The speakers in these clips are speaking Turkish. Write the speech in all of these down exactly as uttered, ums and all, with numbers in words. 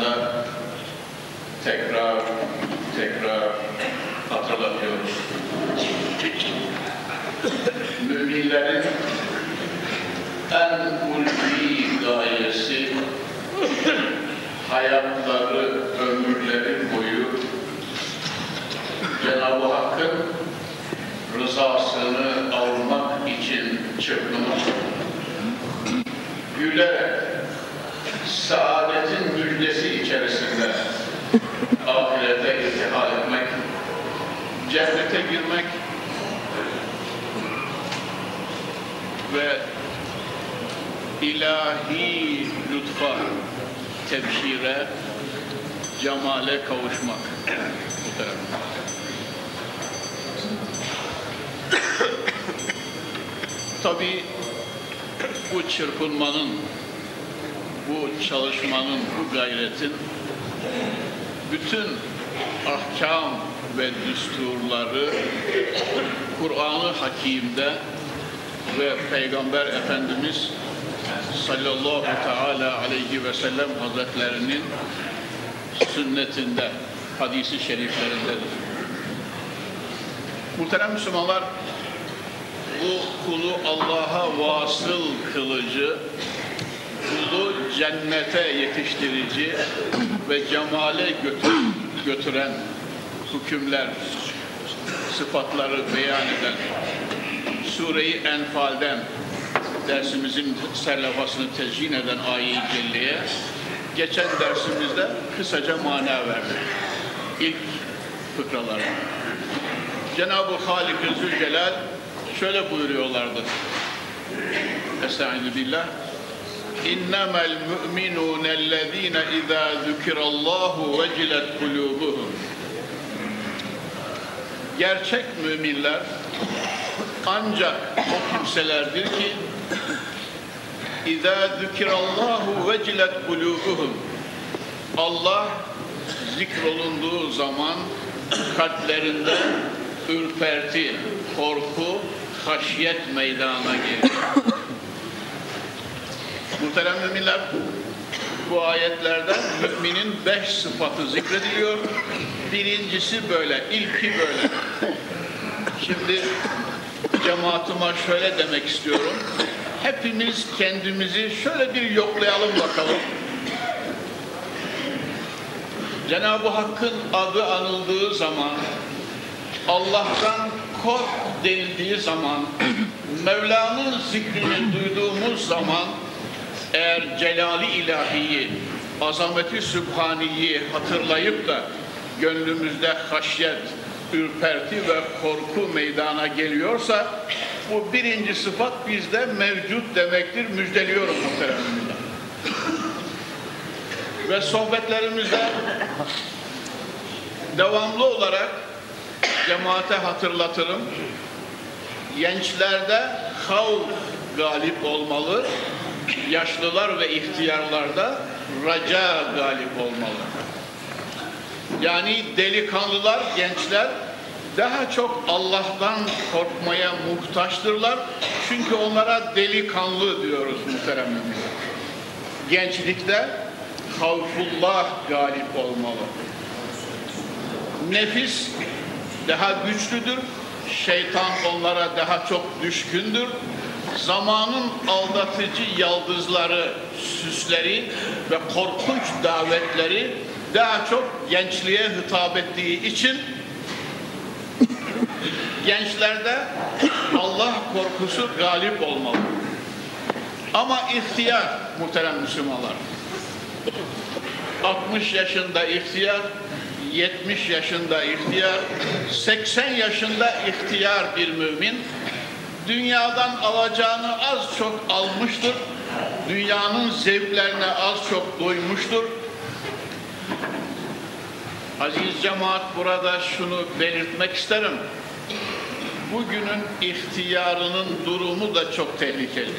başında tekrar tekrar hatırlatıyoruz. Müminlerin en ulvi gayesi hayatları, ömürleri boyu Cenab-ı Hakk'ın rızasını almak için çırpınıp gülerek saadetin müjdesi içerisinde ahirete irtihal etmek, cennete girmek ve ilahi lütfa, tebşire, cemale kavuşmak. Tabii bu çırpınmanın, bu çalışmanın, bu gayretin bütün ahkam ve düsturları Kur'an-ı Hakîm'de ve Peygamber Efendimiz sallallahu teala aleyhi ve sellem Hazretlerinin sünnetinde, hadisi şeriflerindedir. Muhterem Müslümanlar, bu kulu Allah'a vasıl kılıcı, kulu cennete yetiştirici ve cemale götür, götüren hükümler, sıfatları beyan eden Sure-i Enfal'den dersimizin serlefasını tezyin eden ayet-i celleye geçen dersimizde kısaca mana verdik. İlk fıkraları. Cenab-ı Halik-i Zülcelal şöyle buyuruyorlardı. Estaizu billah. İnnemel mu'minûnellezîne izâ zükirallâhu vecilet kulûbuhum. Gerçek müminler ancak o kimselerdir ki İzâ zükirallâhu vecilet kulûbuhum. Allah zikrolunduğu zaman kalplerinde ürperti, korku, haşyet meydana gelir. Muhterem müminler, bu ayetlerde müminin beş sıfatı zikrediliyor. Birincisi böyle, ilki böyle. Şimdi cemaatime şöyle demek istiyorum. Hepimiz kendimizi şöyle bir yoklayalım bakalım. Cenab-ı Hakk'ın adı anıldığı zaman, Allah'tan kork denildiği zaman, Mevla'nın zikrini duyduğumuz zaman, eğer Celali İlahi'yi, azameti Sübhani'yi hatırlayıp da gönlümüzde haşyet, ürperti ve korku meydana geliyorsa, bu birinci sıfat bizde mevcut demektir. Müjdeliyorum muhteremimle. Ve sohbetlerimizde devamlı olarak cemaate hatırlatırım. Gençlerde havf galip olmalı, yaşlılar ve ihtiyarlarda raca galip olmalı. Yani delikanlılar, gençler daha çok Allah'tan korkmaya muhtaçtırlar. Çünkü onlara delikanlı diyoruz muhteremler. Gençlikte havfullah galip olmalı. Nefis daha güçlüdür. Şeytan onlara daha çok düşkündür. Zamanın aldatıcı yaldızları, süsleri ve korkunç davetleri daha çok gençliğe hitap ettiği için gençlerde Allah korkusu galip olmalı. Ama ihtiyar muhterem Müslümanlar, altmış yaşında ihtiyar, yetmiş yaşında ihtiyar, seksen yaşında ihtiyar bir mümin, dünyadan alacağını az çok almıştır, dünyanın zevklerine az çok doymuştur. Aziz cemaat, burada şunu belirtmek isterim. Bugünün ihtiyarının durumu da çok tehlikeli.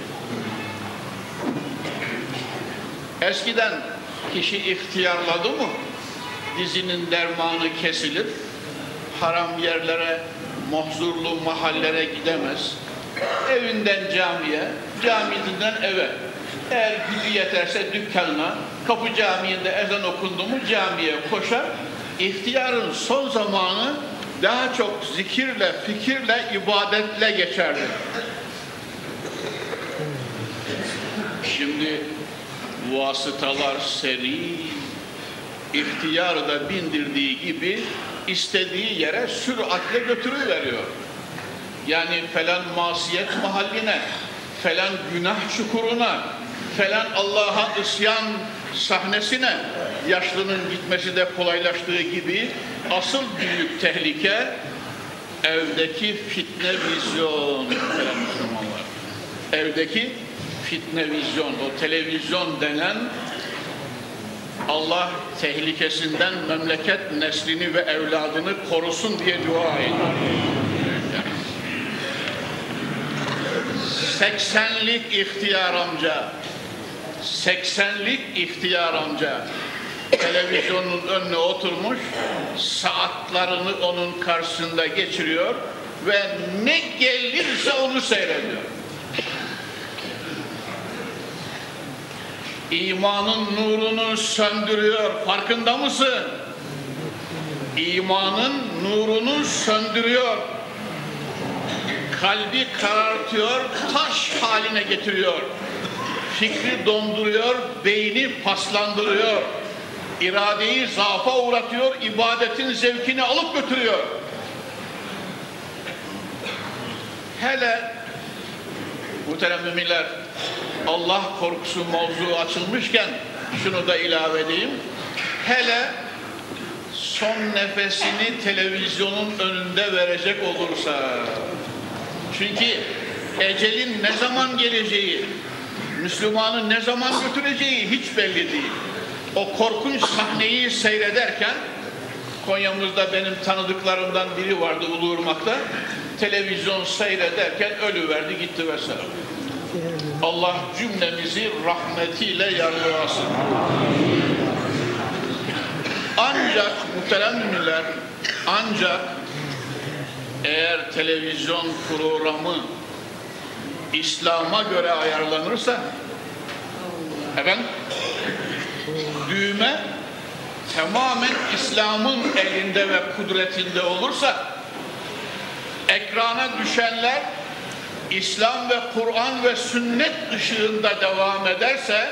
Eskiden kişi ihtiyarladı mı dizinin dermanı kesilir, haram yerlere, mahzurlu mahallere gidemez, evinden camiye, camiden eve, Eğer gücü yeterse dükkanına, Kapı Camii'nde ezan okundu mu camiye koşar. İhtiyarın son zamanı daha çok zikirle, fikirle, ibadetle geçerdi. Şimdi vasıtalar seri, ihtiyarı da bindirdiği gibi istediği yere süratle götürüveriyor. Yani falan masiyet mahalline, falan günah çukuruna, falan Allah'a isyan sahnesine yaşlının gitmesi de kolaylaştığı gibi asıl büyük tehlike evdeki fitne vizyon falan Müslümanlar. Evdeki fitne vizyon, o televizyon denen Allah tehlikesinden memleket neslini ve evladını korusun diye dua ediyor. seksenlik ihtiyar amca, seksenlik ihtiyar amca televizyonun önüne oturmuş, saatlerini onun karşısında geçiriyor ve ne gelirse onu seyrediyor. İmanın nurunu söndürüyor, farkında mısın? İmanın nurunu söndürüyor. Kalbi karartıyor, taş haline getiriyor. Fikri donduruyor, beyni paslandırıyor. İradeyi zaafa uğratıyor, ibadetin zevkini alıp götürüyor. Hele muhterem müminler, Allah korkusu mevzu açılmışken şunu da ilave edeyim. Hele son nefesini televizyonun önünde verecek olursa, çünkü ecelin ne zaman geleceği, Müslümanı ne zaman götüreceği hiç belli değil. O korkunç sahneyi seyrederken, Konya'mızda benim tanıdıklarımdan biri vardı Uluırmak'ta, televizyon seyrederken ölüverdi gitti vesaire. Allah cümlemizi rahmetiyle yargılasın. Ancak muhterem müminler, ancak eğer televizyon programı İslam'a göre ayarlanırsa, efendim, düğme tamamen İslam'ın elinde ve kudretinde olursa, ekrana düşenler İslam ve Kur'an ve sünnet ışığında devam ederse,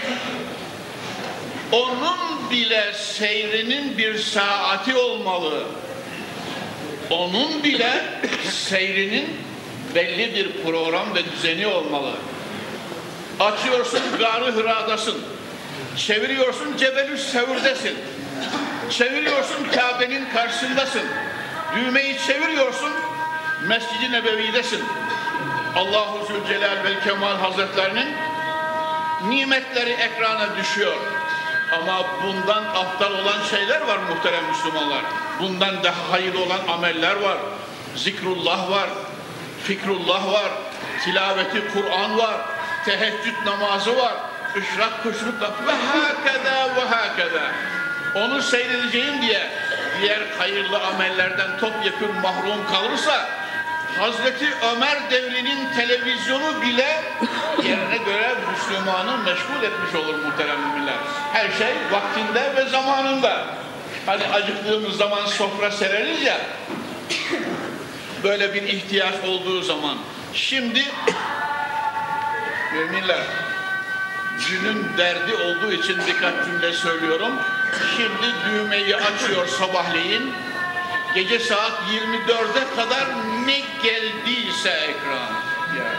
onun bile seyrinin bir saati olmalı. Onun bile seyrinin belli bir program ve düzeni olmalı. Açıyorsun, Gâr-ı Hıra'dasın. Çeviriyorsun, Cebelü Sevür'desin. Çeviriyorsun, Kabe'nin karşısındasın. Düğmeyi çeviriyorsun, Mescid-i Nebevi'desin. Allah-u Zülcelal ve Kemal Hazretlerinin nimetleri ekrana düşüyor. Ama bundan aptal olan şeyler var muhterem Müslümanlar. Bundan daha hayırlı olan ameller var. Zikrullah var, fikrullah var, tilaveti Kur'an var, teheccüd namazı var, işrak kuşlukla ve hakeza ve hakeza. Onu seyredeceğim diye diğer hayırlı amellerden topyekun mahrum kalırsa, Hazreti Ömer devrinin televizyonu bile yerine göre Müslümanı meşgul etmiş olur muhterem müminler. Her şey vaktinde ve zamanında. Hani acıktığımız zaman sofra sereriz ya, böyle bir ihtiyaç olduğu zaman. Şimdi müminler, günün derdi olduğu için birkaç cümle söylüyorum. Şimdi düğmeyi açıyor sabahleyin. Gece saat yirmi dörde kadar ne geldiyse ekran. Ya.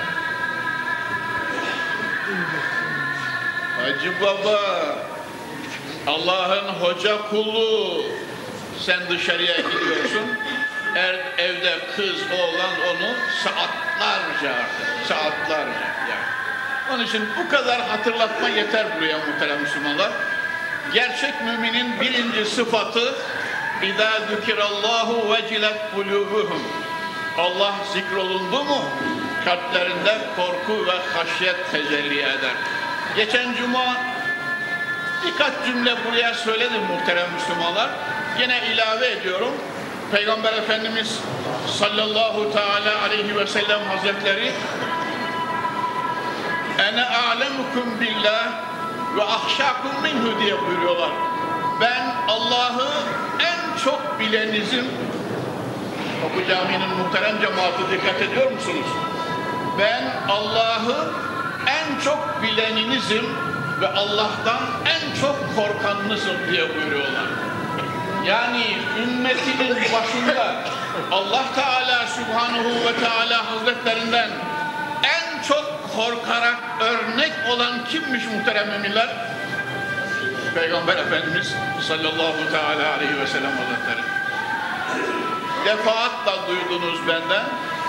Hacı Baba, Allah'ın hoca kulu, sen dışarıya gidiyorsun. Er, evde kız, oğlan onu saatlerce artık, saatlerce. Yani. Onun için bu kadar hatırlatma yeter buraya muhterem Müslümanlar. Gerçek müminin birinci sıfatı İzâ zükirallâhu vecilet kulûbuhum. Allah zikrolundu mu kalplerinde korku ve haşyet tecelli eder. Geçen cuma birkaç cümle buraya söyledim muhterem Müslümanlar. Yine ilave ediyorum. Peygamber Efendimiz sallallahu teala aleyhi ve sellem Hazretleri ene a'lemukum billah ve ahşakum minhu diye buyuruyorlar. Ben Allah'ı en çok bilenizim. Bu caminin muhterem cemaati, dikkat ediyor musunuz? Ben Allah'ı en çok bileninizim ve Allah'tan en çok korkanınızım diye buyuruyorlar. Yani ümmetinin başında Allah Teala Subhanahu ve Teala Hazretlerinden en çok korkarak örnek olan kimmiş muhterem müminler? Peygamber Efendimiz sallallahu teala aleyhi ve sellem Hazretleri. Defaatle duydunuz benden.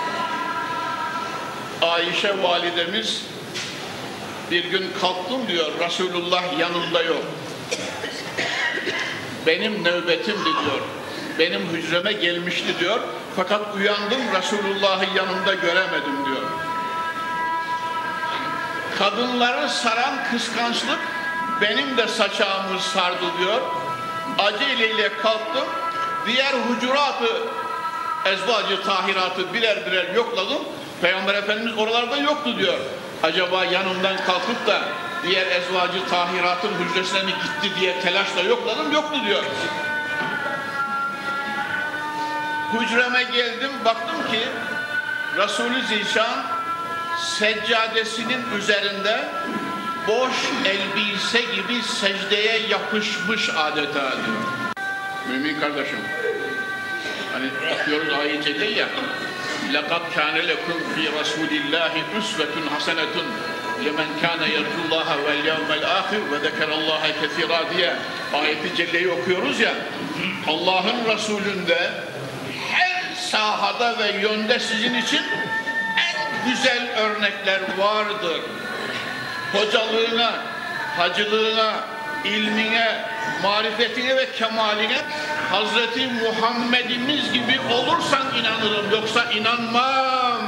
Ayşe validemiz bir gün kalktım diyor, Resulullah yanımda yok. Benim nöbetimdi diyor. Benim hücreme gelmişti diyor. Fakat uyandım, Resulullah'ı yanımda göremedim diyor. Kadınları saran kıskançlık benim de saçağımı sardı diyor. Aceleyle kalktım. Diğer hucuratı, ezvacı tahiratı birer birer yokladım. Peygamber Efendimiz oralarda yoktu diyor. Acaba yanımdan kalkıp da diğer ezvacı tahiratın hücresine mi gitti diye telaşla yokladım, yoktu diyor. Hücreme geldim, baktım ki Resulü Zişan seccadesinin üzerinde boş elbise gibi secdeye yapışmış adeta diyor. Mümin kardeşim, hani okuyoruz ayet-i celleyi ya, لَقَدْ كَانَ لَكُمْ فِي رَسُولِ اللّٰهِ اُسْوَةٌ حَسَنَةٌ لَمَنْ كَانَ يَرْجُ اللّٰهَ وَالْيَوْمَ الْآخِرِ وَذَكَرَ اللّٰهَ كَثِيرًا diye ayet-i celleyi okuyoruz ya, Allah'ın Resulü'nde her sahada ve yönde sizin için en güzel örnekler vardır. Hocalığına, hacılığına, ilmine, marifetine ve kemaline Hazreti Muhammed'imiz gibi olursan inanırım, yoksa inanmam.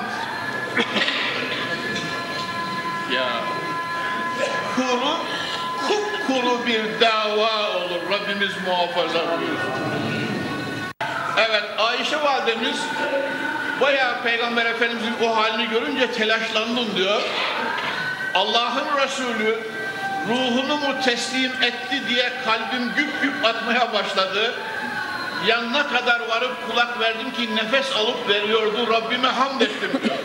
Ya kuru, kupkuru bir dava olur. Rabbimiz muhafaza buyursun. Evet, Ayşe validemiz bayağı Peygamber Efendimiz'in o halini görünce telaşlandım diyor. Allah'ın Resulü ruhunu mu teslim etti diye kalbim güp güp atmaya başladı. Yanına kadar varıp kulak verdim ki nefes alıp veriyordu. Rabbime hamd ettim diyor.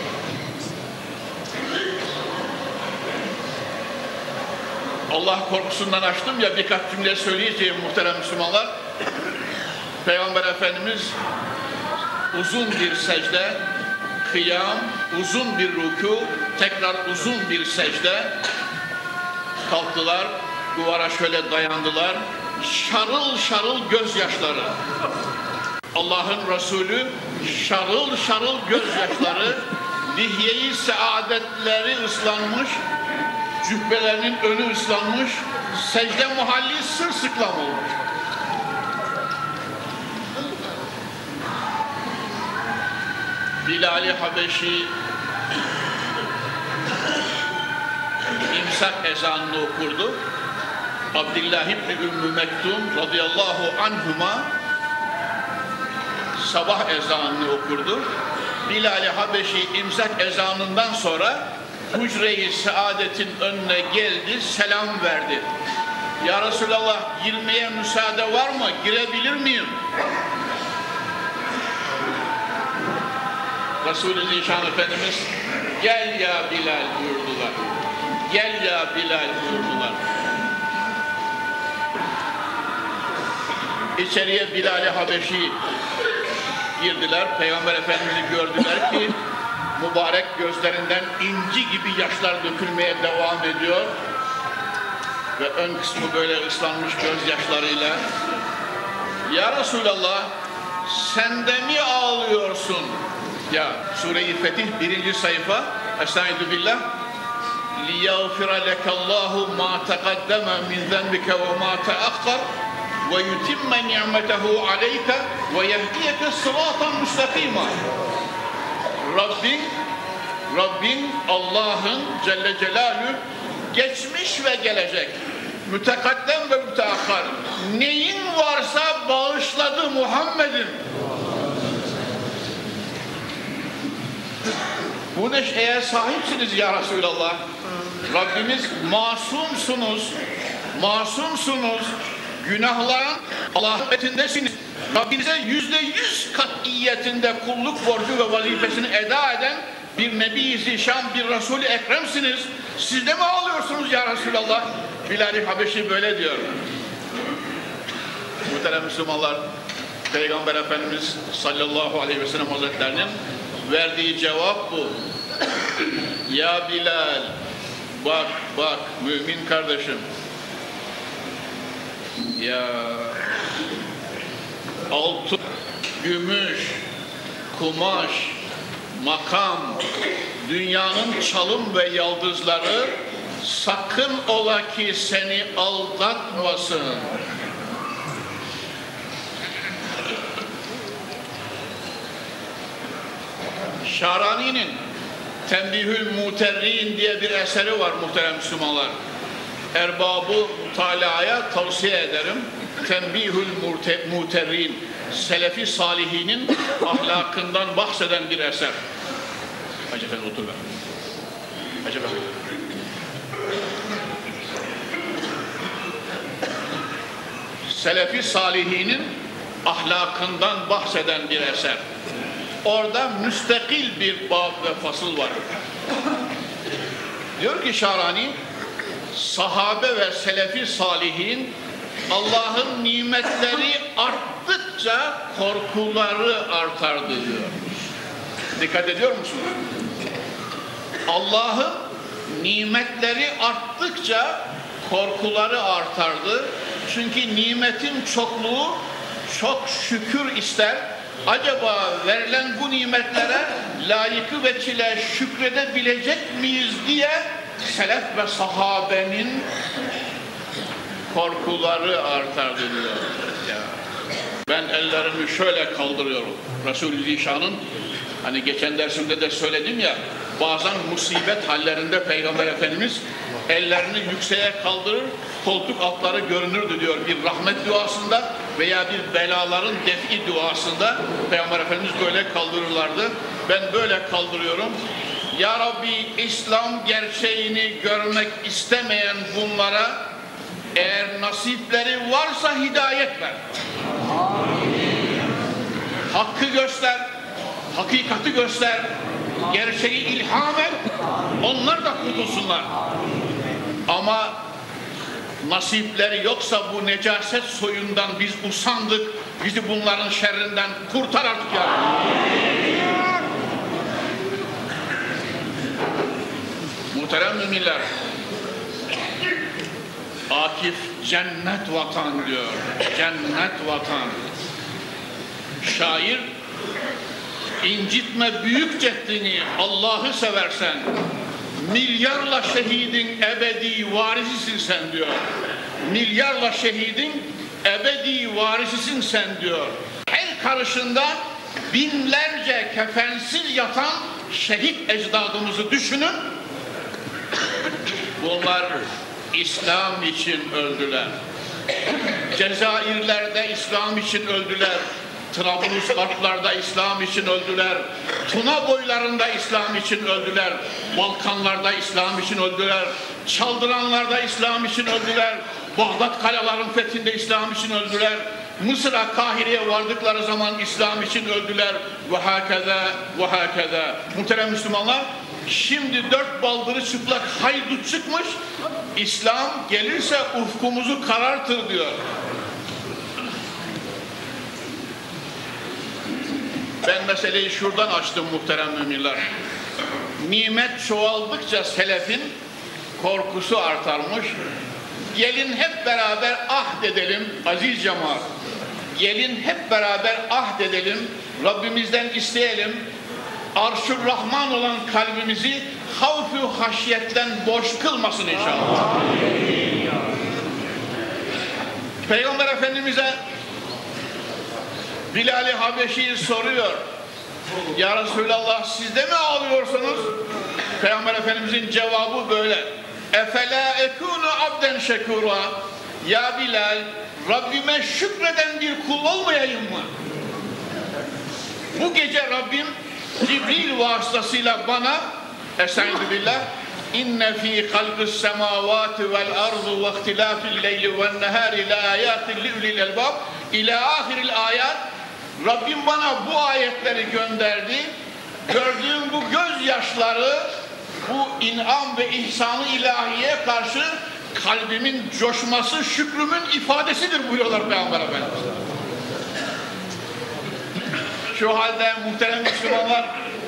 Allah korkusundan açtım ya, birkaç cümle söyleyeceğim muhterem Müslümanlar. Peygamber Efendimiz uzun bir secde, kıyam, uzun bir rükû, tekrar uzun bir secde. Kalktılar, duvara şöyle dayandılar. Şarıl şarıl gözyaşları. Allah'ın Resulü şarıl şarıl gözyaşları, lihye-i saadetleri ıslanmış, cübbelerinin önü ıslanmış, secde muhalli sırsıklam olmuş. Bilal-i Habeşi imsak ezanını okurdu. Abdullah İbni Ümmü Mektum radıyallahu anhuma sabah ezanını okurdu. Bilal-i Habeşi imsak ezanından sonra Hücre-i Saadet'in önüne geldi, selam verdi. Ya Resulallah, girmeye müsaade var mı? Girebilir miyim? Resul-i Zişan Efendimiz gel ya Bilal buyurdular. Gel ya Bilal buyurdular. İçeriye Bilal-i Habeşi girdiler. Peygamber Efendimiz'i gördüler ki mübarek gözlerinden inci gibi yaşlar dökülmeye devam ediyor. Ve ön kısmı böyle ıslanmış gözyaşlarıyla. Ya Resulallah, sen de mi ağlıyorsun? Ya Sure-i Fetih birinci sayfa. Estaizu billah. لِيَغْفِرَ لَكَ اللّٰهُ مَا تَقَدَّمَ مِنْ ذَنْبِكَ وَمَا تَأَخَّرَ وَيُتِمَّ نِعْمَتَهُ عَلَيْكَ وَيَهْدِيَكَ صِرَاطًا مُسْتَقِيمًا. Rabbin, Rabbin Allah'ın Celle Celaluhu geçmiş ve gelecek, mütekaddem ve müteakhir, neyin varsa bağışladı Muhammed'in. Bu neşeye sahipsiniz ya Resulallah. Rabbimiz masumsunuz, masumsunuz, günahların Allah'ın Rabbinize yüzde yüz katiyetinde kulluk borcu ve vazifesini eda eden bir Nebi-i Zişan, bir Resul-i Ekrem'siniz. Siz de mi ağlıyorsunuz ya Resulallah? Bilal-i Habeşi böyle diyor. Muhterem Müslümanlar, Peygamber Efendimiz sallallahu aleyhi ve sellem Hazretlerinin verdiği cevap bu. Ya Bilal, bak bak mümin kardeşim, ya altın, gümüş, kumaş, makam, dünyanın çalım ve yaldızları sakın ola ki seni aldatmasın. Şarani'nin Tembihül Muterrin diye bir eseri var muhterem Müslümanlar. Erbabı mutalaya tavsiye ederim. Tembihül Muterrin, Selefi Salihinin ahlakından bahseden bir eser. Hacı Efendi otur be. Hacı Efendi. Selefi Salihinin ahlakından bahseden bir eser. Orada müstakil bir bab ve fasıl var. Diyor ki Şarani, sahabe ve selefi salihin Allah'ın nimetleri arttıkça korkuları artardı diyor. Dikkat ediyor musunuz? Allah'ın nimetleri arttıkça korkuları artardı. Çünkü nimetin çokluğu çok şükür ister. Acaba verilen bu nimetlere layıkı ve çile şükredebilecek miyiz diye selef ve sahabenin korkuları artardı diyor. Ya. Ben ellerimi şöyle kaldırıyorum. Resul-i Zişan'ın hani geçen dersimde de söyledim ya, bazen musibet hallerinde Peygamber Efendimiz ellerini yükseğe kaldırır, koltuk altları görünürdü diyor bir rahmet duasında veya bir belaların defi duasında Peygamber Efendimiz böyle kaldırırlardı. Ben böyle kaldırıyorum. Ya Rabbi, İslam gerçeğini görmek istemeyen bunlara eğer nasipleri varsa hidayet ver. Hakkı göster, hakikati göster, gerçeği ilham et, onlar da kurtulsunlar. Ama nasipleri yoksa bu necaset soyundan biz usandık, bizi bunların şerrinden kurtar artık ya. Muhterem müminler, Akif cennet vatan diyor, cennet vatan. Şair, incitme büyük ceddini, Allah'ı seversen, milyarla şehidin ebedi varisisin sen diyor. Milyarla şehidin ebedi varisisin sen diyor. Her karışında binlerce kefensiz yatan şehit ecdadımızı düşünün. Bunlar İslam için öldüler. Cezayirler'de İslam için öldüler. Trablusgarplarda İslam için öldüler. Tuna boylarında İslam için öldüler. Balkanlarda İslam için öldüler. Çaldıranlarda İslam için öldüler. Bağdat kaleların fethinde İslam için öldüler. Mısır'a, Kahire'ye vardıkları zaman İslam için öldüler. Ve hakeza, ve hakeza. Muhterem Müslümanlar, şimdi dört baldırı çıplak haydut çıkmış. İslam gelirse ufkumuzu karartır diyor. Ben meseleyi şuradan açtım muhterem müminler. Nimet çoğaldıkça selefin korkusu artarmış. Gelin hep beraber ahd edelim aziz cemaat. Gelin hep beraber ahd edelim. Rabbimizden isteyelim. Arş-ı Rahman olan kalbimizi havf-ı haşyetten boş kılmasın inşallah. Peygamber Efendimiz'e Bilal-i Habeşi soruyor. Ya Resulallah, siz de mi ağlıyorsunuz? Peygamber Efendimizin cevabı böyle. Efela ekunu abden şekura. Ya Bilal, Rabbime şükreden bir kul olmayayım mı? Bu gece Rabbim Cibril vasıtasıyla bana Estaizu billah İnne fî halqis semâvâti vel ardı ve ihtilâfil leyli ven nehâri le âyâtin li ulil elbâb ila ahiril ayat. Rabbim bana bu ayetleri gönderdi. Gördüğüm bu gözyaşları, bu inam ve ihsanı ilahiye karşı kalbimin coşması şükrümün ifadesidir buyuruyorlar Peygamber Efendimiz. Şu halde muhterem Müslümanlar,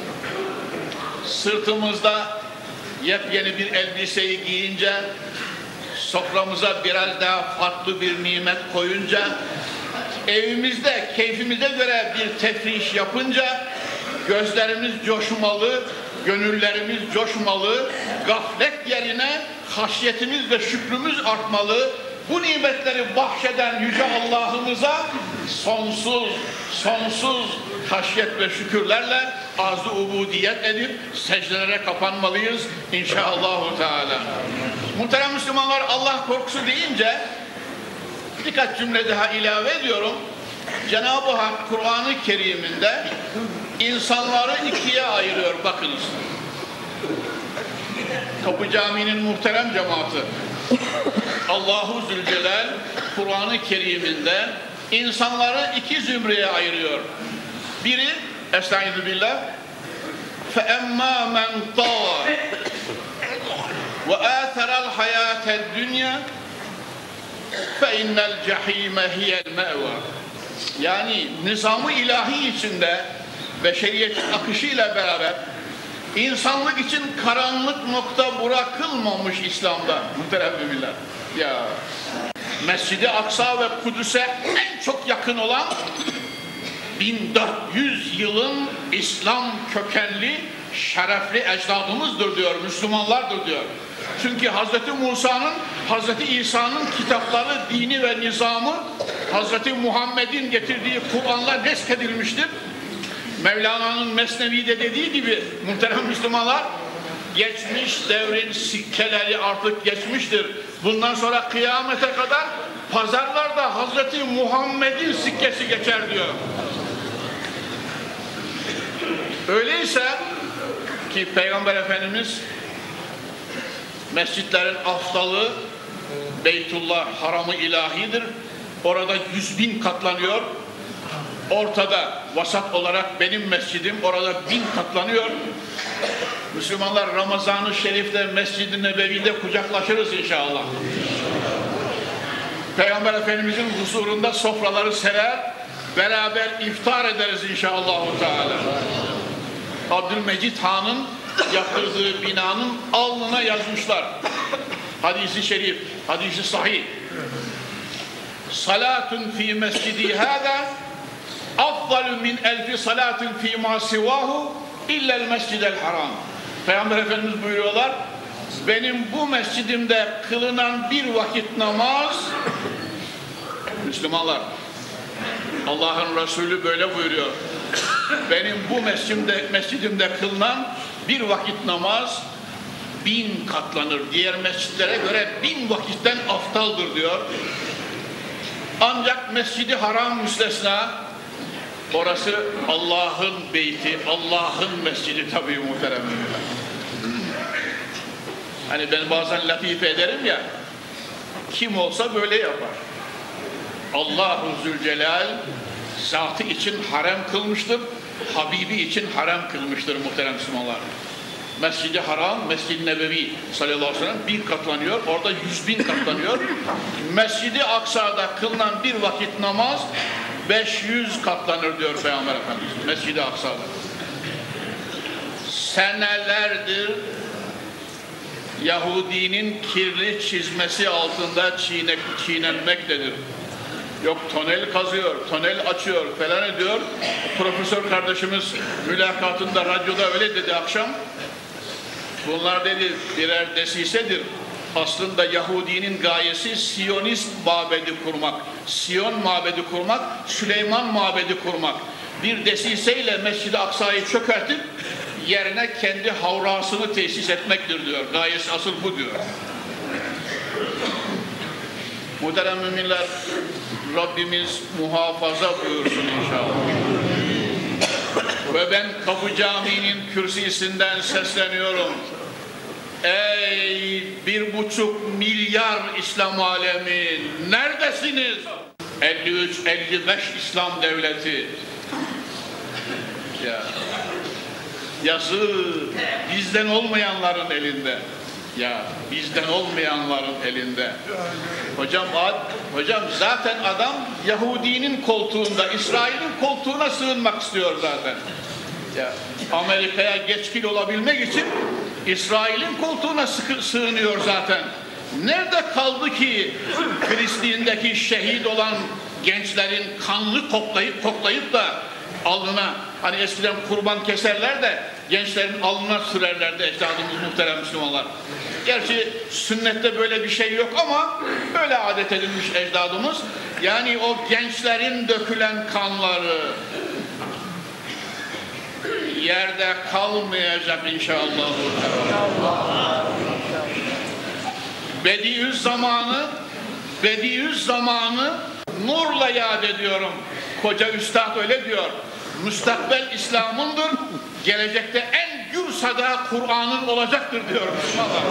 sırtımızda yepyeni bir elbiseyi giyince, soframıza biraz daha farklı bir nimet koyunca, evimizde keyfimize göre bir tefriş yapınca gözlerimiz coşmalı, gönüllerimiz coşmalı, gaflet yerine haşyetimiz ve şükrümüz artmalı. Bu nimetleri bahşeden Yüce Allah'ımıza sonsuz, sonsuz haşyet ve şükürlerle arz-ı ubudiyet edip secdelere kapanmalıyız inşallahü teala. Muhterem Müslümanlar, Allah korkusu deyince birkaç cümle daha ilave ediyorum. Cenab-ı Hak Kur'an-ı Kerim'inde insanları ikiye ayırıyor, bakınız. Kapı Camii'nin muhterem cemaati, Allahu Zülcelal Kur'an-ı Kerim'inde insanları iki zümreye ayırıyor. Biri, estaizu billah, فَاَمَّا مَنْ طَوَى وَآثَرَ الْحَيَاةَ الدُّنْيَا فَاِنَّ الْجَح۪يمَ هِيَ الْمَأْوَى. Yani nizamı ilahi içinde beşeriyetin akışıyla beraber insanlık için karanlık nokta bırakılmamış İslam'da muhterem müminler. Ya Mescid-i Aksa ve Kudüs'e en çok yakın olan bin dört yüz yılın İslam kökenli şerefli ecdadımızdır diyor, Müslümanlardır diyor. Çünkü Hazreti Musa'nın, Hazreti İsa'nın kitapları, dini ve nizamı Hazreti Muhammed'in getirdiği Kur'an'la neskedilmiştir. Mevlana'nın Mesnevi'de dediği gibi muhterem Müslümanlar, geçmiş devrin sikkeleri artık geçmiştir. Bundan sonra kıyamete kadar pazarlarda Hazreti Muhammed'in sikkesi geçer diyor. Öyleyse ki Peygamber Efendimiz mescitlerin afdalı Beytullah haramı ilahidir. Orada yüz bin katlanıyor. Ortada vasat olarak benim mescidim, orada bin katlanıyor. Müslümanlar Ramazan-ı Şerif'te Mescid-i Nebevi'de kucaklaşırız inşallah. Peygamber Efendimizin huzurunda sofraları serer, beraber iftar ederiz inşallah. Abdülmecid Han'ın yaptırdığı binanın alnına yazmışlar. Hadis-i şerif, hadis-i sahih. Salatun fi mescidi hâzâ afdalu min elfi salatin fi ma sivahu illel mescidel haram. Peygamber Efendimiz buyuruyorlar, benim bu mescidimde kılınan bir vakit namaz, Müslümanlar, Allah'ın Resulü böyle buyuruyor, benim bu mescidimde, mescidimde kılınan bir vakit namaz bin katlanır, diğer mescitlere göre bin vakitten aftaldır diyor. Ancak Mescid-i Haram müstesna, orası Allah'ın beyti, Allah'ın mescidi tabii muhterem. Hani ben bazen latife ederim ya, kim olsa böyle yapar. Allahu Zülcelal zatı için harem kılmıştır, Habibi için harem kılmıştır muhterem Müslümanlar. Mescid-i Haram, Mescid-i Nebevi sallallahu aleyhi ve sellem bir katlanıyor, orada yüz bin katlanıyor. Mescid-i Aksa'da kılınan bir vakit namaz beş yüz katlanır diyor Peygamber Efendimiz Mescid-i Aksa'da. Senelerdir Yahudinin kirli çizmesi altında çiğne, çiğnenmektedir. Yok tonel kazıyor, tonel açıyor falan ediyor. Profesör kardeşimiz mülakatında radyoda öyle dedi akşam. Bunlar dedi birer desisedir. Aslında Yahudinin gayesi Siyonist mabedi kurmak. Siyon mabedi kurmak, Süleyman mabedi kurmak. Bir desiseyle Mescid-i Aksa'yı çökertip yerine kendi havrasını tesis etmektir diyor. Gayesi asıl bu diyor. Muhterem müminler, Rabbimiz muhafaza buyursun inşallah. Ve ben Kapı Camii'nin kürsüsünden sesleniyorum. Ey bir buçuk milyar İslam alemi, neredesiniz? elli üç elli beş İslam devleti. Ya, yazık, bizden olmayanların elinde. Ya, bizden olmayanların elinde. Hocam, hocam zaten adam Yahudinin koltuğunda, İsrail'in koltuğuna sığınmak istiyor zaten. Ya, Amerika'ya geçkil olabilmek için İsrail'in koltuğuna sıkı, sığınıyor zaten. Nerede kaldı ki Filistin'deki şehit olan gençlerin kanını koklayıp koklayıp da alnına, hani eskiden kurban keserler de gençlerin alnına sürerlerdi ecdadımız, muhterem Müslümanlar. Gerçi sünnette böyle bir şey yok ama öyle adet edilmiş ecdadımız. Yani o gençlerin dökülen kanları yerde kalmayacak inşallah. Bediüzzamanı Bediüzzamanı nurla yad ediyorum. Koca üstad öyle diyor. Müstakbel İslam'ındır. Gelecekte en gür sada Kur'an'ın olacaktır diyor Müslümanlar.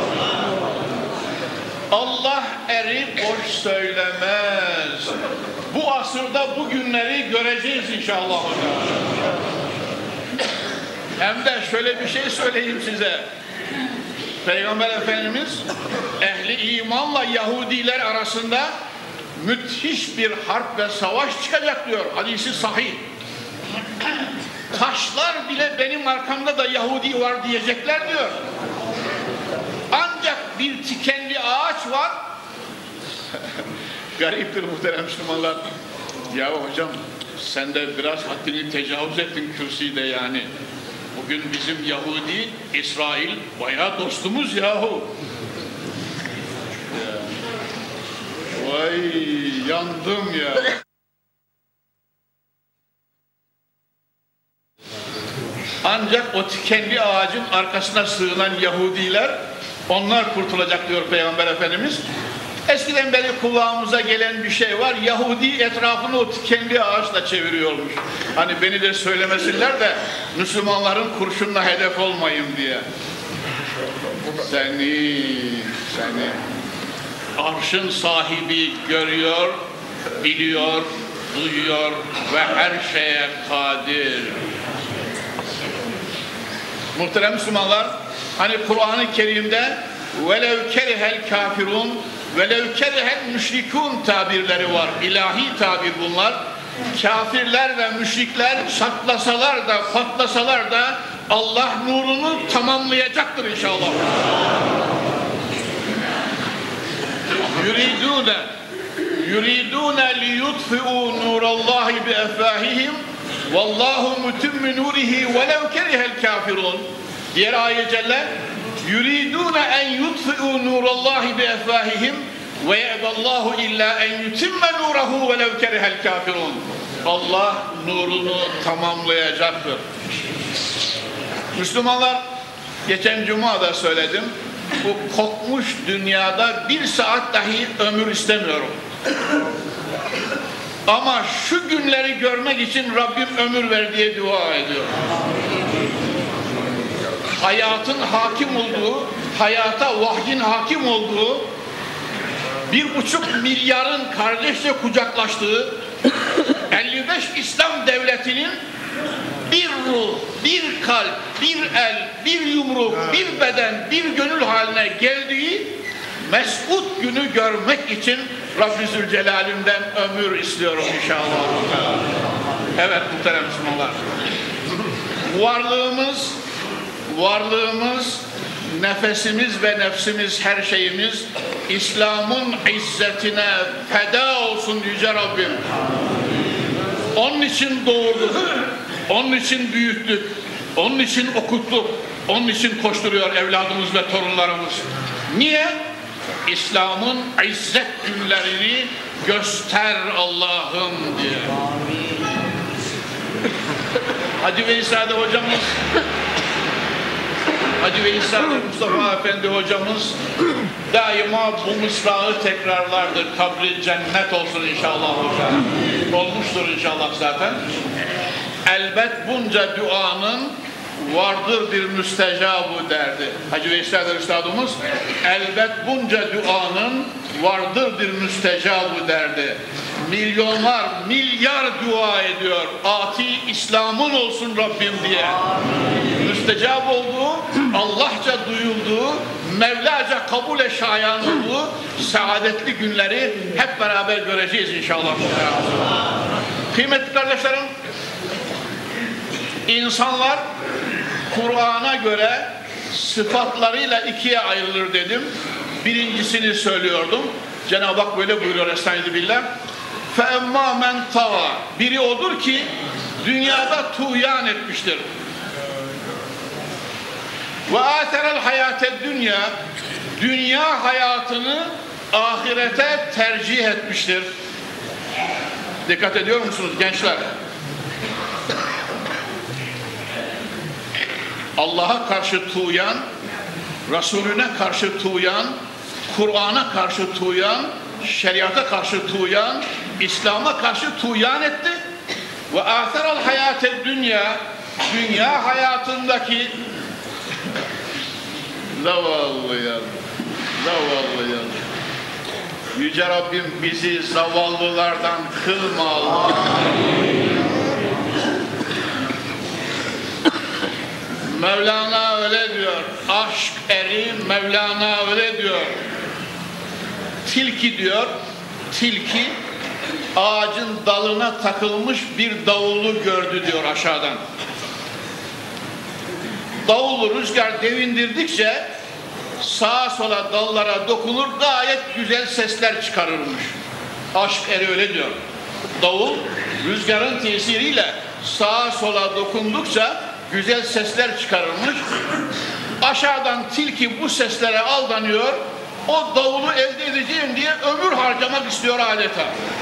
Allah eri boş söylemez. Bu asırda bu günleri göreceğiz inşallah. Hem de şöyle bir şey söyleyeyim size. Peygamber Efendimiz ehli imanla Yahudiler arasında müthiş bir harp ve savaş çıkacak diyor. Hadisi sahih. Taşlar bile benim arkamda da Yahudi var diyecekler diyor. Ancak bir tikenli ağaç var. Gariptir muhterem Müslümanlar. Ya hocam sen de biraz haddini tecavüz ettin kürsüde yani. Bugün bizim Yahudi, İsrail bayağı dostumuz yahu. Ya. Vay yandım ya. Ancak o tikenli ağacın arkasına sığınan Yahudiler, onlar kurtulacak diyor Peygamber Efendimiz. Eskiden beri kulağımıza gelen bir şey var. Yahudi etrafını o tikenli ağaçla çeviriyormuş. Hani beni de söylemesinler de Müslümanların kurşunla hedef olmayayım diye. Seni, seni arşın sahibi görüyor, biliyor, duyuyor ve her şeye kadir. Muhterem Müslümanlar, hani Kur'an-ı Kerim'de velev kerihel kafirun velev kerihel müşrikun tabirleri var. İlahi tabir bunlar. Kafirler ve müşrikler çatlasalar da patlasalar da Allah nurunu tamamlayacaktır inşallah. Yuridune yuridune liyutfi'u nurallahi bi efvahihim vallahu mutimmi nurihi velev kerihel kafirun. Diğer ayet celle yuridune en yutfi'u nurallahi bi efvahihim ve ye'ballahu illa en yutimme nurahu velev kerihel kafirun. Allah nurunu tamamlayacaktır. Müslümanlar, geçen cuma da söyledim, bu kokmuş dünyada bir saat dahi ömür istemiyorum. Ama şu günleri görmek için Rabbim ömür ver diye dua ediyorum. Hayatın hakim olduğu, hayata vahyin hakim olduğu, bir buçuk milyarın kardeşçe kucaklaştığı elli beş İslam devletinin bir ruh, bir kalp, bir el, bir yumruk, bir beden, bir gönül haline geldiği mesut günü görmek için Rabbi Zülcelal'imden ömür istiyorum inşallah. Evet muhterem Müslümanlar. Varlığımız, varlığımız, nefesimiz ve nefsimiz, her şeyimiz İslam'ın izzetine feda olsun Yüce Rabbim. Onun için doğurduk, onun için büyüttük, onun için okuttuk, onun için koşturuyor evladımız ve torunlarımız. Niye? İslam'ın izzet günlerini göster Allah'ım diye. Hacı Veysade hocamız, Hacı Veysade Mustafa Efendi hocamız daima bu mısrağı tekrarlardır. Kabri cennet olsun inşallah hocam. Olmuştur inşallah zaten. Elbet bunca duanın vardır bir müstecabı derdi. Hacı Veysel Üstadımız elbet bunca duanın vardır bir müstecabı derdi. Milyonlar, milyar dua ediyor. Ati İslam'ın olsun Rabbim diye. Müstecab olduğu, Allahça duyulduğu, Mevlaca kabule şayan olduğu saadetli günleri hep beraber göreceğiz inşallah. Kıymetli kardeşlerim, insanlar Kur'an'a göre sıfatlarıyla ikiye ayrılır dedim. Birincisini söylüyordum. Cenab-ı Hak böyle buyuruyor Estağfirullah. فَاَمَّا مَنْ تَوَى Biri odur ki dünyada tuğyan etmiştir. وَآثَرَ الْحَيَاتَ dünya Dünya hayatını ahirete tercih etmiştir. Dikkat ediyor musunuz gençler? Allah'a karşı tuğyan, Resulüne karşı tuğyan, Kur'an'a karşı tuğyan, şeriata karşı tuğyan, İslam'a karşı tuğyan etti. Ve âtheral hayâte dünya, dünya hayatındaki zavallı ya, zavallı ya. Yüce Rabbim bizi zavallılardan kılma Allah. Mevlana öyle diyor. Aşk eri Mevlana öyle diyor. Tilki diyor. Tilki ağacın dalına takılmış bir davulu gördü diyor aşağıdan. Davulu rüzgar devindirdikçe sağa sola dallara dokunur, gayet güzel sesler çıkarırmış. Aşk eri öyle diyor. Davul rüzgarın tesiriyle sağa sola dokundukça güzel sesler çıkarılmış. Aşağıdan tilki bu seslere aldanıyor. O davulu elde edeceğim diye ömür harcamak istiyor adeta.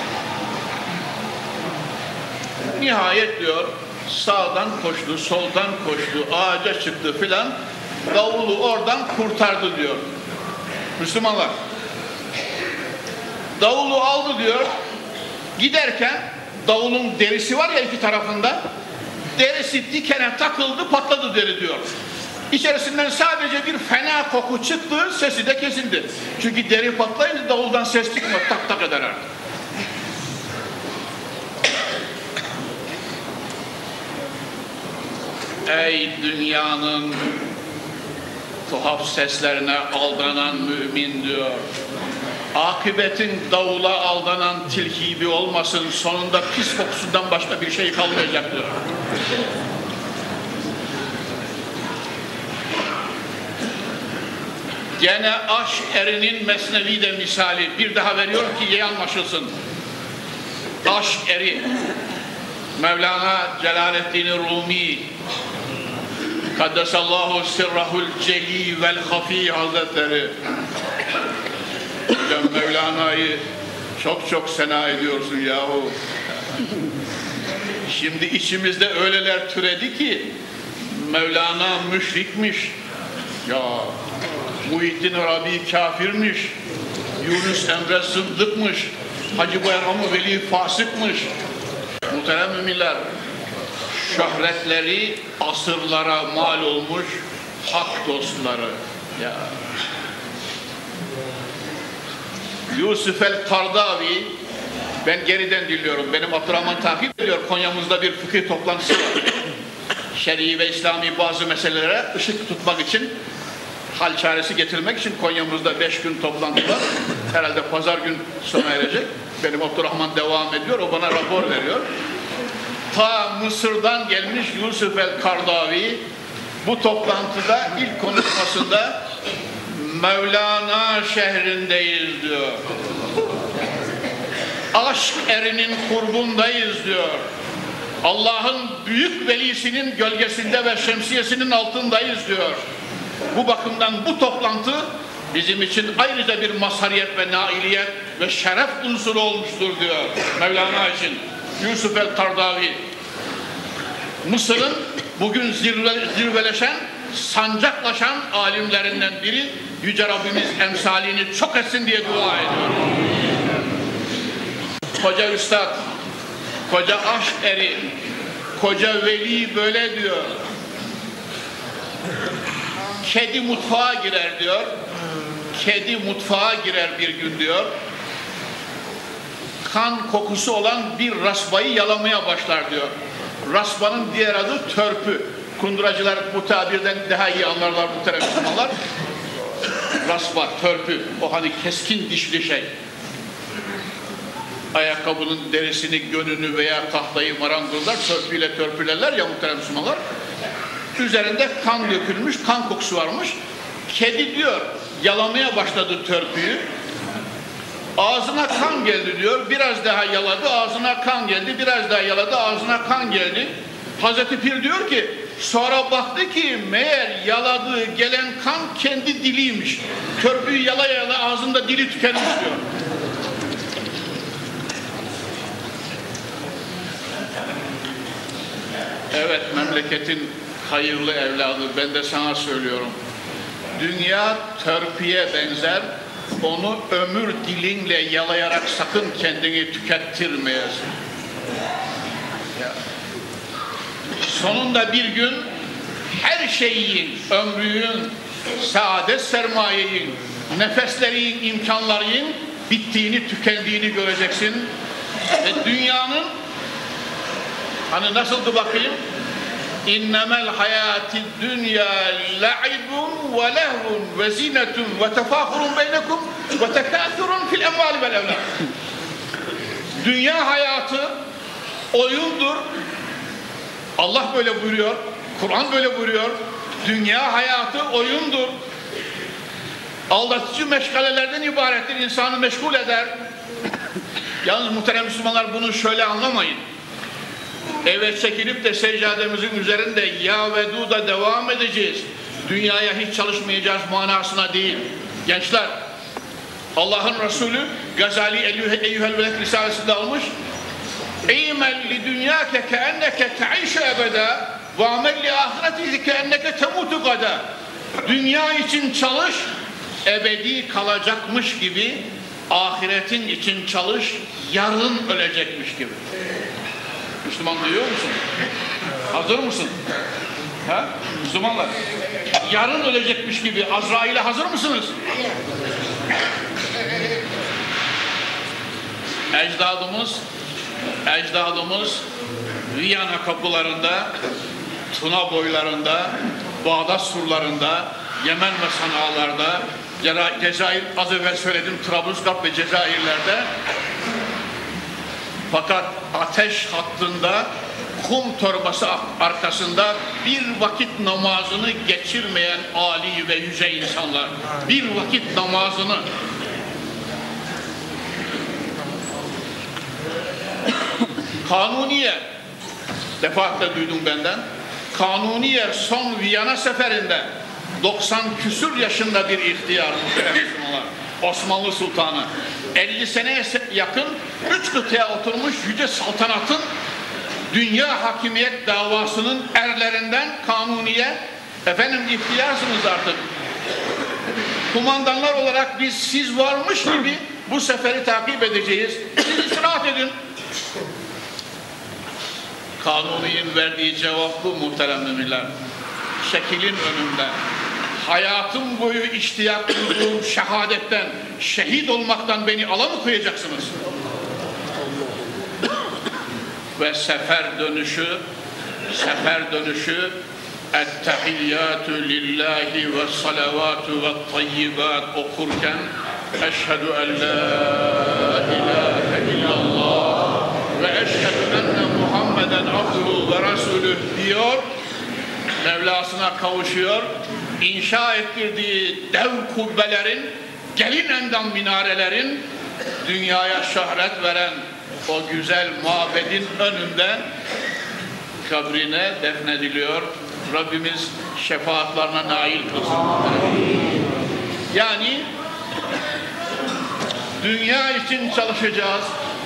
Nihayet diyor sağdan koştu, soldan koştu, ağaca çıktı filan. Davulu oradan kurtardı diyor. Müslümanlar. Davulu aldı diyor. Giderken davulun derisi var ya iki tarafında. Derisi dikene takıldı, patladı deri diyor. İçerisinden sadece bir fena koku çıktı, sesi de kesildi. Çünkü deri patlayınca davuldan ses çıkmıyor, tak tak eder artık. Ey dünyanın tuhaf seslerine aldanan mümin diyor. Akıbetin davula aldanan tilki gibi olmasın, sonunda pis kokusundan başka bir şey kalmayacak diyor. Gene aşk erinin Mesnevi'de misali, bir daha veriyorum ki iyi anlaşılsın. Aşk eri, Mevlana Celaleddin Rumi, Kaddesallahu sirrahul celi vel hafi hazretleri. Sen Mevlana'yı çok çok sena ediyorsun yahu. Şimdi içimizde öyleler türedi ki Mevlana müşrikmiş. Ya Muhittin Arabi kafirmiş. Yunus Emre zındıkmış. Hacı Bayram Veli fasıkmış. Muhterem müminler, şöhretleri asırlara mal olmuş hak dostları. Ya Yusuf el-Kardavi, ben geriden dinliyorum, benim Abdurrahman takip ediyor, Konya'mızda bir fıkıh toplantısı var. Şer'i ve İslami bazı meselelere ışık tutmak için, hal çaresi getirmek için Konya'mızda beş gün toplantı var. Herhalde pazar gün sona erecek. Benim Abdurrahman devam ediyor, o bana rapor veriyor. Ta Mısır'dan gelmiş Yusuf el-Kardavi bu toplantıda ilk konuşmasında Mevlana şehrindeyiz diyor. Aşk erinin kurbundayız diyor. Allah'ın büyük velisinin gölgesinde ve şemsiyesinin altındayız diyor. Bu bakımdan bu toplantı bizim için ayrıca bir mazhariyet ve nailiyet ve şeref unsuru olmuştur diyor Mevlana için. Yusuf el-Kardavi, Mısır'ın bugün zirve, zirveleşen, sancaklaşan alimlerinden biri. Yüce Rabbimiz emsalini çok etsin diye dua ediyor. Koca üstad, koca aşk eri, koca veli böyle diyor. Kedi mutfağa girer diyor. Kedi mutfağa girer bir gün diyor. Kan kokusu olan bir rasbayı yalamaya başlar diyor. Rasbanın diğer adı törpü. Kunduracılar bu tabirden daha iyi anlarlar bu taraf Müslümanlar. Rasba, törpü, o hani keskin dişli şey. Ayakkabının derisini, gönünü veya tahtayı marangozlar törpüyle törpülerler ya muhterem Müslümanlar. Üzerinde kan dökülmüş, kan kokusu varmış. Kedi diyor, yalamaya başladı törpüyü. Ağzına kan geldi diyor, biraz daha yaladı, ağzına kan geldi, biraz daha yaladı, ağzına kan geldi. Hazreti Pir diyor ki, sonra baktı ki meğer yaladığı gelen kan kendi diliymiş. Törpüyü yala yala ağzında dili tükenmiş diyor. Evet, memleketin hayırlı evladı, ben de sana söylüyorum. Dünya törpüye benzer, onu ömür dilinle yalayarak sakın kendini tükettirmeyesin. Sonunda bir gün her şeyin, ömrünün, saadet sermayeyin, nefeslerin, imkanların bittiğini, tükendiğini göreceksin. Ve dünyanın, hani nasıldı bakayım? İnnemel hayati dünya la'ibun ve lehvun ve zinetun ve tefâhurun beynekum ve tekâthurun fil emvâli vel evlâd. Dünya hayatı oyundur. Allah böyle buyuruyor. Kur'an böyle buyuruyor. Dünya hayatı oyundur. Aldatıcı meşgalelerden ibarettir. İnsanı meşgul eder. Yalnız muhterem Müslümanlar bunu şöyle anlamayın. Eve çekilip de seccademizin üzerinde ya veduda devam edeceğiz. Dünyaya hiç çalışmayacağız manasına değil. Gençler, Allah'ın Resulü Gazali Eyyuhel Veled Risalesi'nde almış. اِيْمَلْ لِدُنْيَاكَ كَاَنَّكَ تَعِيشَ اَبَدًا وَاَمَلْ لِآخِرَتِهِ كَاَنَّكَ تَمُوتُ غَدًا. Dünya için çalış, ebedi kalacakmış gibi, ahiretin için çalış, yarın ölecekmiş gibi. Müslüman duyuyor musun? Hazır mısın? Ha? Müslümanlar, yarın ölecekmiş gibi Azrail'e hazır mısınız? Ecdadımız Ecdadımız Viyana kapılarında, Tuna boylarında, Bağdat surlarında, Yemen ve Sana'larda, Cezayir, az evvel söyledim, Trablusgarp ve Cezayirler'de, fakat ateş hattında, kum torbası arkasında bir vakit namazını geçirmeyen âli ve yüce insanlar, bir vakit namazını Kanuniye, defaatle duydum benden, Kanuniye son Viyana seferinde doksan küsur yaşında bir ihtiyar Müslümanlar, Osmanlı Sultanı, elli seneye yakın üç kıtaya oturmuş yüce saltanatın dünya hakimiyet davasının erlerinden Kanuniye, efendim ihtiyarsınız artık, kumandanlar olarak biz siz varmış gibi bu seferi takip edeceğiz, siz istirahat edin. Kanuni'nin verdiği cevap bu muhterem müminler. Şekilin önünde, hayatım boyu iştiyak duyduğum şehadetten, şehit olmaktan beni ala mı koyacaksınız? Ve sefer dönüşü, sefer dönüşü, ettehiyyatü lillahi ve salavatu ve tayyibat okurken, eşhedü en la ilahe illallah ve eşhedü enne Muhammeden abduhu ve rasulüh diyor, Mevlasına kavuşuyor, inşa ettirdiği dev kubbelerin, gelin endam minarelerin, dünyaya şöhret veren o güzel mabedin önünde kabrine defnediliyor. Rabbimiz şefaatlerine nail kılsın. Yani dünya için çalışacağız.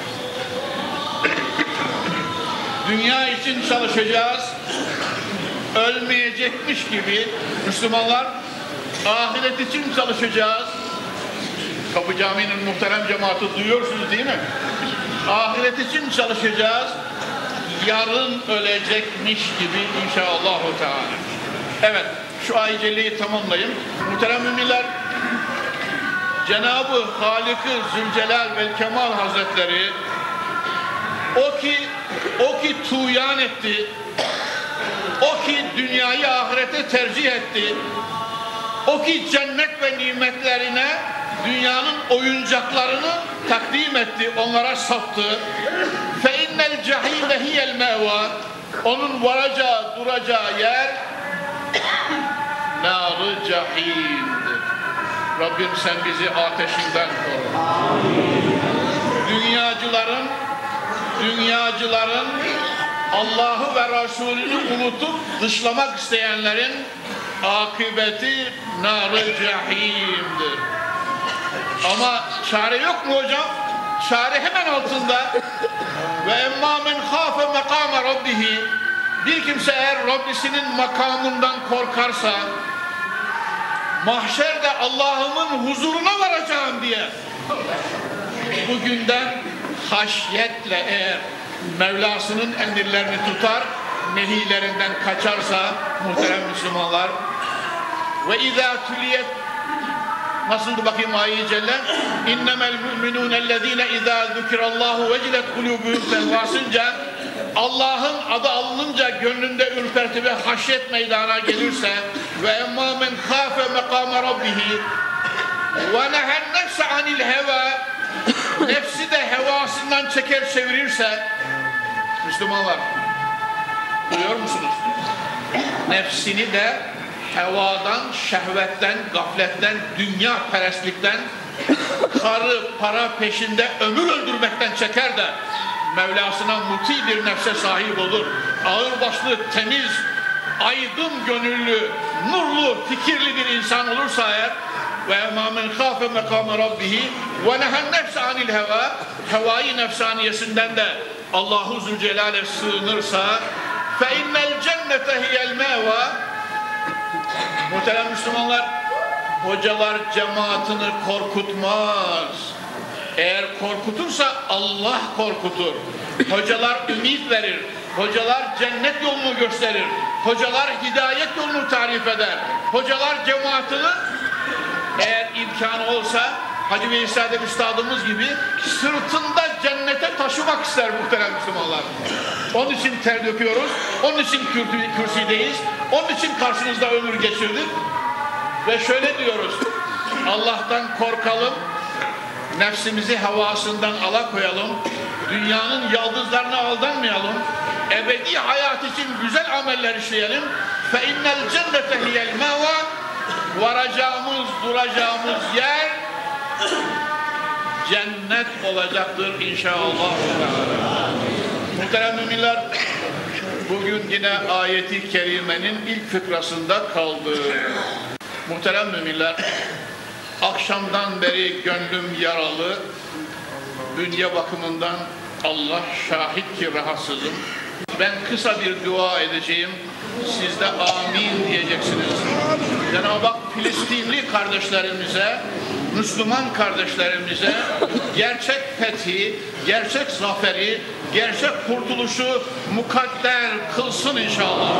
Dünya için çalışacağız. Ölmeyecekmiş gibi Müslümanlar ahiret için çalışacağız. Kapı Camii'nin muhterem cemaati duyuyorsunuz değil mi? Ahiret için çalışacağız. Yarın ölecekmiş gibi inşallah. Evet, şu ayet-i celleyi tamamlayayım. Muhterem müminler, Cenab-ı Halik-ı Zülcelal vel Kemal Hazretleri o ki o ki tuğyan etti, o ki dünyayı ahirete tercih etti, o ki cennet ve nimetlerine dünyanın oyuncaklarını takdim etti, onlara sattı. Fe innel cehime hiyel meva, onun varacağı, duracağı yer nar-ı cehimdir. Rabbim sen bizi ateşinden koru. Dünyacıların dünyacıların Allah'ı ve Resulünü unutup dışlamak isteyenlerin akıbeti nar-ı cehimdir. Ama çare yok mu hocam? Çare hemen altında. Ve emmâ men khâfe mekâme rabbihi, bir kimse eğer Rabbisinin makamından korkarsa, mahşerde Allah'ımın huzuruna varacağım diye bugünden haşyetle eğer Mevlasının emirlerini tutar, nehilerinden kaçarsa muhterem Müslümanlar, ve izâ tüliyet, nasıldı bakayım ayet-i celle? İnnemel müminûnellezîne izâ zükirallâhu vecilet kulûbûhum tehvasınca, Allah'ın adı alınınca gönlünde ürperti ve haşyet meydana gelirse, ve emmâ men khâfe mekâme rabbihi ve nehen nefse anil heva, nefsi de hevasından çeker çevirirse, Müslümanlar duyuyor musunuz? Nefsini de hevadan, şehvetten, gafletten, dünya perestlikten, karı, para peşinde ömür öldürmekten çeker de Mevlasına muti bir nefse sahip olur. Ağırbaşlı, temiz, aydın gönüllü, nurlu, fikirli bir insan olursa eğer, ve emmâ men khâfe mekâme rabbihi ve nehen nefse anil heva, hevai nefsaniyesinden de Allahu Zülcelal'e sığınırsa, fe innel cennete hiyel meva. Muhterem Müslümanlar, hocalar cemaatini korkutmaz. Eğer korkutursa Allah korkutur. Hocalar ümit verir. Hocalar cennet yolunu gösterir. Hocalar hidayet yolunu tarif eder. Hocalar cemaatini eğer imkanı olsa Hacı Veysel'de üstadımız gibi sırtında cennete taşımak ister muhterem Müslümanlar. Onun için ter döküyoruz. Onun için kürsüdeyiz. Onun için karşınızda ömür geçirdik. Ve şöyle diyoruz. Allah'tan korkalım. Nefsimizi havasından alakoyalım. Dünyanın yaldızlarına aldanmayalım. Ebedi hayat için güzel ameller işleyelim. Fe innel cennete hiyel meva, varacağımız, duracağımız yer cennet olacaktır inşallah. Muhterem müminler, bugün yine ayeti kerimenin ilk fıkrasında kaldı. Muhterem müminler, akşamdan beri gönlüm yaralı, bünye bakımından Allah şahit ki rahatsızım. Ben kısa bir dua edeceğim, siz de amin diyeceksiniz. Cenab-ı Hak Filistinli kardeşlerimize, Müslüman kardeşlerimize gerçek fethi, gerçek zaferi, gerçek kurtuluşu mukadder kılsın inşallah.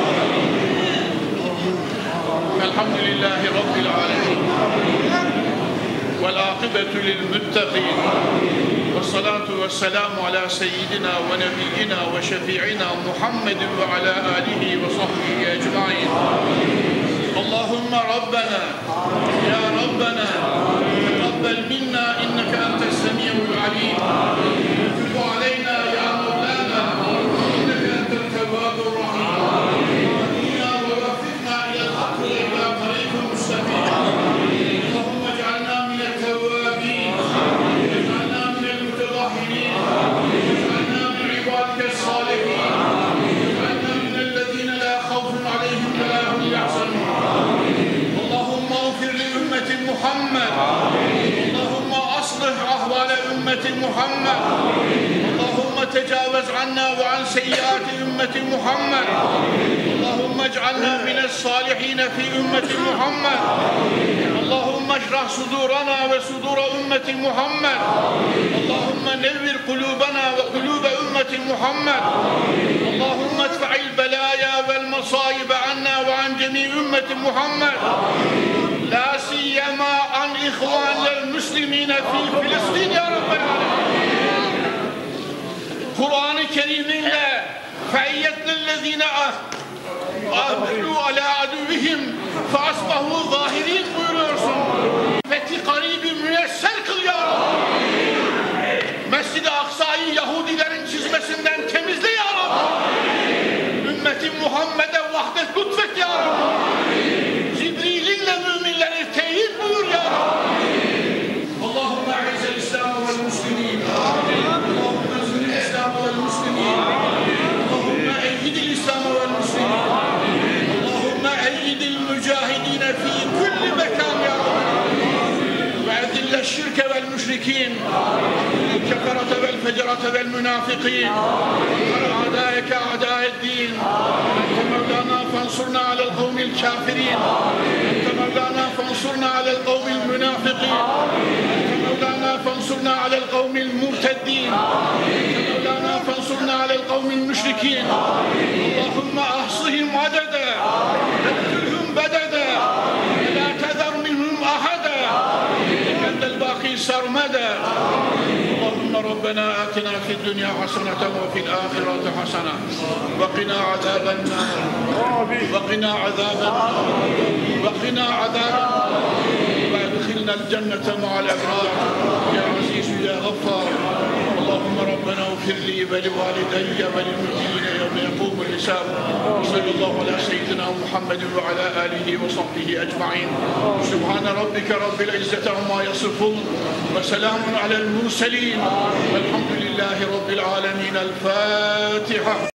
Elhamdülillahi Rabbil alemin. Vel akıbetü lil müttegîn. Ve salatu ve selamu ala seyyidina ve nebiyyina ve şefi'ina Muhammedin ve ala alihi ve sahbihi ecmaîn. Allahümme Rabbena, ya Rabbena, teqabbel minna inneke entes semî'ul alîm. Tub aleyna ya Mevlana, inneke entel tevvâbur rahîm. İnna ve veffikna ilel hakkı ila tarîkul müstakîm. Allahümme ec'alna minel tevvâbîn, ec'alna minel mütedahhirîn, ec'alna min ibâdikes sâlihîn, ec'alna minellezîne lâ havfun aleyhim ve lâ hum yahzanûn. Muhammed. Allahümme aslih ahvale ümmeti Muhammed. Allahümme tecavüz anna ve an seyyiati ümmeti Muhammed. Allahümme ec'alna mines salihine fi ümmeti Muhammed. Allahümme اشرح صدورنا وصدور أمة محمد اللهم نور قلوبنا وقلوب أمة محمد اللهم ادفع البلايا والمصائب عنا وعن جميع أمة محمد لا سيما عن إخواننا المسلمين في فلسطين يا رب العالمين. Kur'an-ı Kerim'inle فَاِيَّتْنَا الَّذ۪ينَ اَهْبِلُوا عَلَى عَدُوِّهِمْ فَاَصْبَهُوا ظَاهِر۪ينَ buyuruyorsun. Fethi karibi müyesser kıl ya Rabbi. Mescid-i Aksa'yı Yahudilerin çizmesinden temizle ya Rabbi. Ümmeti Muhammed'e vahdet lütfet ya Rabbi. Cibril'inle müminleri teyit buyur ya Rabbi. Allahümme a'izzel İslam vel Müslümin. Allahümme zil İslam vel Müslümin. Allahümme eyyidil İslam vel Müslümin. Allahümme eyyidil mücahidine fi kulli mekan ya Rabbi. Ve edille şirke vel müşrikin. Keferate vel fecerate vel münafikin. A'daeke a'daeddin. Ente Mevlana fansurna alel kavmil kafirin. Ente Mevlana fansurna alel kavmil münafikin. Ente Mevlana fansurna alel kavmil murteddin. Ente Mevlana fansurna alel kavmil müşrikin. Allahümme ahsihim adede. Vektülhüm bedede. Ve la tezer minhum ahade. Kendel baki sarmede. اللهم ربنا آتنا في الدنيا حسنة وفي الآخرة حسنة وقنا عذاب النار وقنا عذاب النار وقنا عذاب النار وادخلنا الجنة مع الأبرار يا عزيز يا غفار. اللهم ربنا اغفر لي ولوالدي وللمؤمنين يوم يقوم الحساب. صلى الله على سيدنا محمد وعلى آله وصحبه أجمعين. سبحان ربك رب العزة عما يصفون وسلام على المرسلين والحمد لله رب العالمين. الفاتحة.